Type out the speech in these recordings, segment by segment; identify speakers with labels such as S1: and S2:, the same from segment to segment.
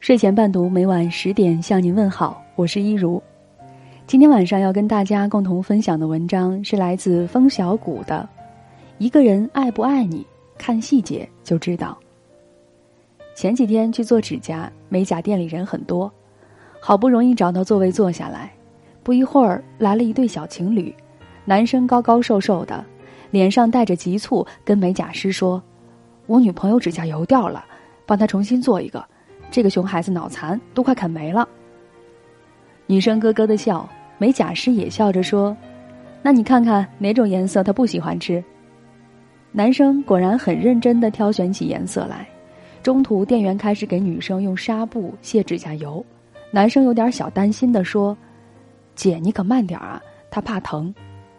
S1: 睡前伴读，每晚10点向您问好，我是一如。今天晚上要跟大家共同分享的文章是来自风小谷的一个人爱不爱你，看细节就知道。前几天去做指甲，美甲店里人很多，好不容易找到座位坐下来，不一会儿来了一对小情侣，男生高高瘦瘦的，脸上带着急促，跟美甲师说：“我女朋友指甲油掉了，帮她重新做一个，这个熊孩子脑残，都快啃没了。”女生咯咯的笑，美甲师也笑着说：“那你看看哪种颜色她不喜欢吃？”男生果然很认真地挑选起颜色来，中途店员开始给女生用纱布卸指甲油，男生有点小担心地说：“姐，你可慢点啊，她怕疼。”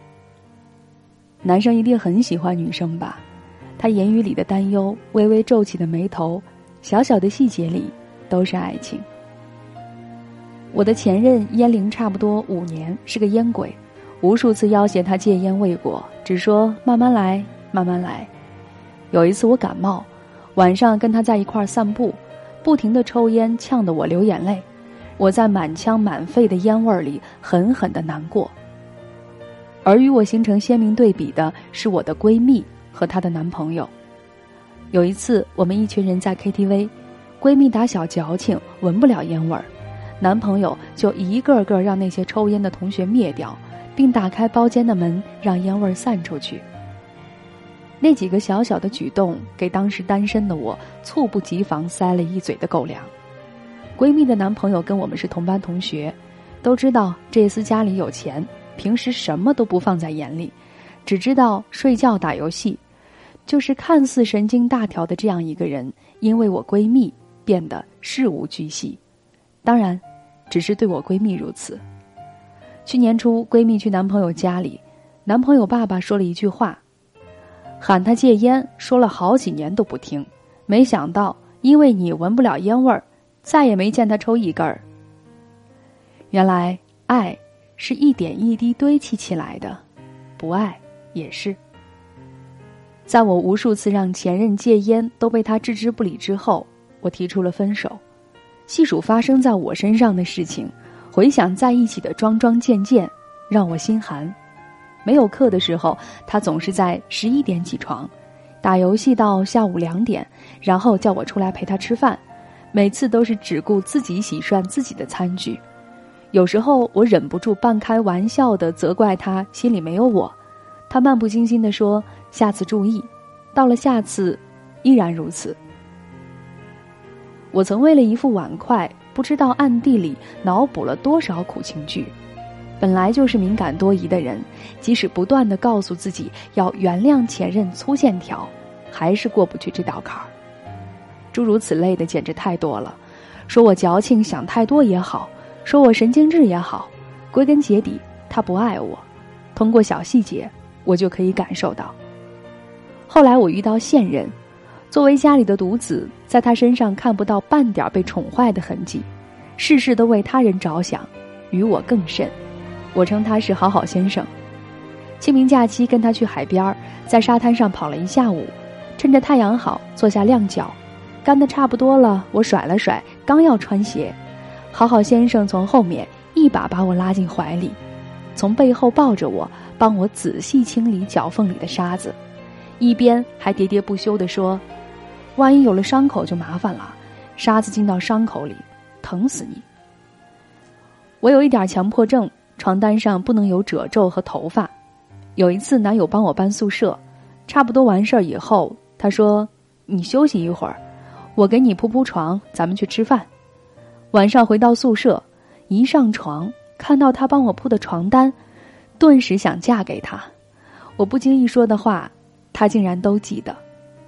S1: 男生一定很喜欢女生吧，他言语里的担忧，微微皱起的眉头，小小的细节里都是爱情。我的前任烟龄差不多5年，是个烟鬼，无数次要挟他戒烟未果，只说慢慢来慢慢来。有一次我感冒，晚上跟他在一块散步，不停地抽烟，呛得我流眼泪。我在满腔满肺的烟味里狠狠地难过。而与我形成鲜明对比的是我的闺蜜和她的男朋友。有一次我们一群人在 KTV， 闺蜜打小矫情，闻不了烟味儿，男朋友就一个个让那些抽烟的同学灭掉，并打开包间的门让烟味散出去。那几个小小的举动给当时单身的我猝不及防塞了一嘴的狗粮。闺蜜的男朋友跟我们是同班同学，都知道这厮家里有钱，平时什么都不放在眼里，只知道睡觉打游戏，就是看似神经大条的这样一个人，因为我闺蜜变得事无巨细。当然只是对我闺蜜如此。去年初闺蜜去男朋友家里，男朋友爸爸说了一句话，喊他戒烟，说了好几年都不听，没想到因为你闻不了烟味儿，再也没见他抽一根儿。原来爱是一点一滴堆砌起来的，不爱也是。在我无数次让前任戒烟都被他置之不理之后，我提出了分手。细数发生在我身上的事情，回想在一起的桩桩件件，让我心寒。没有课的时候，他总是在11点起床，打游戏到下午2点，然后叫我出来陪他吃饭，每次都是只顾自己洗涮自己的餐具。有时候我忍不住半开玩笑地责怪他心里没有我，他漫不经心地说下次注意，到了下次依然如此。我曾为了一副碗筷，不知道暗地里脑补了多少苦情剧。本来就是敏感多疑的人，即使不断地告诉自己要原谅前任粗线条，还是过不去这道坎儿。诸如此类的简直太多了，说我矫情想太多也好，说我神经质也好，归根结底他不爱我。通过小细节我就可以感受到。后来我遇到现任，作为家里的独子，在他身上看不到半点被宠坏的痕迹，事事都为他人着想，与我更甚。我称他是好好先生。清明假期跟他去海边，在沙滩上跑了一下午，趁着太阳好坐下晾脚，干得差不多了，我甩了甩，刚要穿鞋，好好先生从后面一把把我拉进怀里，从背后抱着我，帮我仔细清理脚缝里的沙子，一边还喋喋不休地说，万一有了伤口就麻烦了，沙子进到伤口里疼死你。我有一点强迫症，床单上不能有褶皱和头发。有一次男友帮我搬宿舍，差不多完事儿以后，他说，你休息一会儿，我给你铺铺床，咱们去吃饭。晚上回到宿舍，一上床看到他帮我铺的床单，顿时想嫁给他。我不经意说的话，他竟然都记得。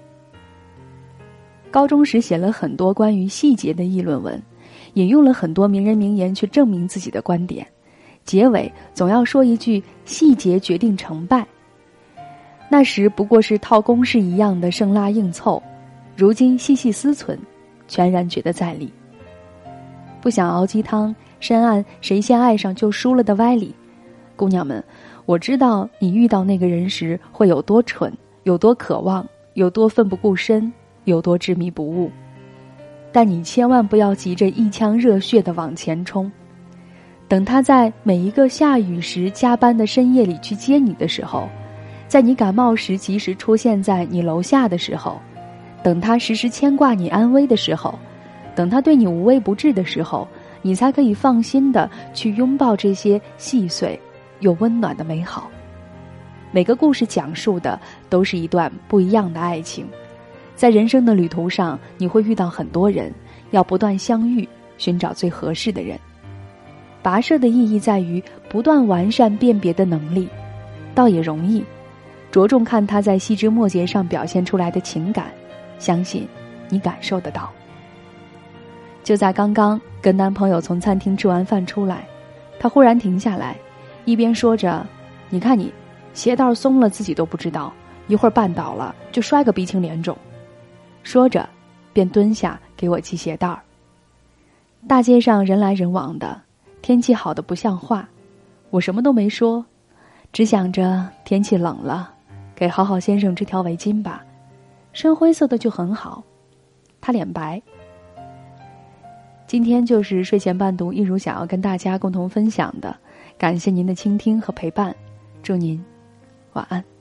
S1: 高中时写了很多关于细节的议论文，引用了很多名人名言去证明自己的观点，结尾总要说一句细节决定成败。那时不过是套公式一样的生拉硬凑，如今细细思忖，全然觉得在理。不想熬鸡汤，深谙谁先爱上就输了的歪理。姑娘们，我知道你遇到那个人时会有多蠢，有多渴望，有多奋不顾身，有多执迷不悟。 但你千万不要急着一腔热血地往前冲。等他在每一个下雨时加班的深夜里去接你的时候，在你感冒时及时出现在你楼下的时候，等他时时牵挂你安危的时候，等他对你无微不至的时候，你才可以放心地去拥抱这些细碎又温暖的美好。每个故事讲述的都是一段不一样的爱情，在人生的旅途上，你会遇到很多人，要不断相遇，寻找最合适的人。跋涉的意义在于不断完善辨别的能力，倒也容易，着重看他在细枝末节上表现出来的情感，相信你感受得到。就在刚刚跟男朋友从餐厅吃完饭出来，他忽然停下来，一边说着，你看你鞋带松了自己都不知道，一会儿绊倒了就摔个鼻青脸肿，说着便蹲下给我系鞋带儿。大街上人来人往的，天气好的不像话，我什么都没说，只想着天气冷了，给好好先生织条围巾吧，深灰色的就很好。他脸白。今天就是睡前伴读一如想要跟大家共同分享的，感谢您的倾听和陪伴，祝您晚安。